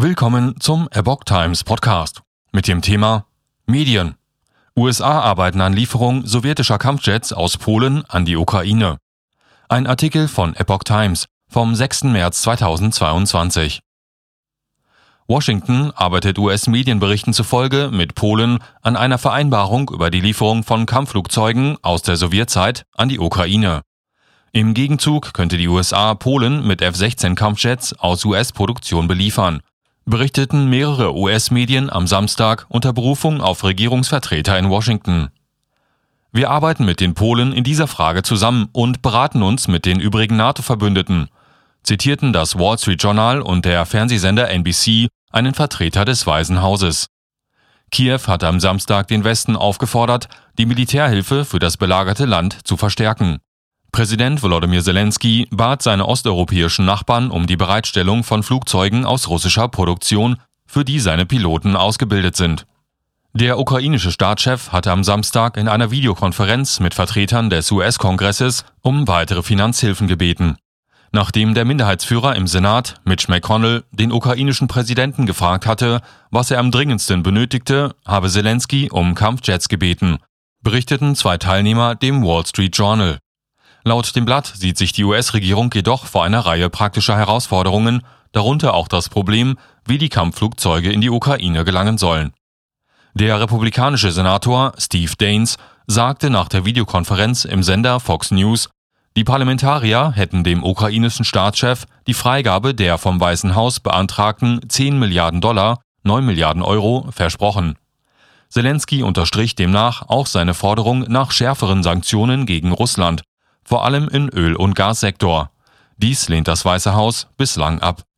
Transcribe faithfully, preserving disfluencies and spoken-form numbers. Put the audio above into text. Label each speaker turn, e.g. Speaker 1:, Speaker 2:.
Speaker 1: Willkommen zum Epoch Times Podcast mit dem Thema Medien. U S A arbeiten an Lieferung sowjetischer Kampfjets aus Polen an die Ukraine. Ein Artikel von Epoch Times vom sechsten März zweitausendzweiundzwanzig. Washington arbeitet U S-Medienberichten zufolge mit Polen an einer Vereinbarung über die Lieferung von Kampfflugzeugen aus der Sowjetzeit an die Ukraine. Im Gegenzug könnte die U S A Polen mit F sechzehn Kampfjets aus U S-Produktion beliefern, berichteten mehrere U S-Medien am Samstag unter Berufung auf Regierungsvertreter in Washington. Wir arbeiten mit den Polen in dieser Frage zusammen und beraten uns mit den übrigen NATO-Verbündeten, zitierten das Wall Street Journal und der Fernsehsender N B C einen Vertreter des Weißen Hauses. Kiew hatte am Samstag den Westen aufgefordert, die Militärhilfe für das belagerte Land zu verstärken. Präsident Volodymyr Zelensky bat seine osteuropäischen Nachbarn um die Bereitstellung von Flugzeugen aus russischer Produktion, für die seine Piloten ausgebildet sind. Der ukrainische Staatschef hatte am Samstag in einer Videokonferenz mit Vertretern des U S-Kongresses um weitere Finanzhilfen gebeten. Nachdem der Minderheitsführer im Senat, Mitch McConnell, den ukrainischen Präsidenten gefragt hatte, was er am dringendsten benötigte, habe Zelensky um Kampfjets gebeten, berichteten zwei Teilnehmer dem Wall Street Journal. Laut dem Blatt sieht sich die U S-Regierung jedoch vor einer Reihe praktischer Herausforderungen, darunter auch das Problem, wie die Kampfflugzeuge in die Ukraine gelangen sollen. Der republikanische Senator Steve Daines sagte nach der Videokonferenz im Sender Fox News, die Parlamentarier hätten dem ukrainischen Staatschef die Freigabe der vom Weißen Haus beantragten zehn Milliarden Dollar, neun Milliarden Euro, versprochen. Zelensky unterstrich demnach auch seine Forderung nach schärferen Sanktionen gegen Russland, vor allem im Öl- und Gassektor. Dies lehnt das Weiße Haus bislang ab.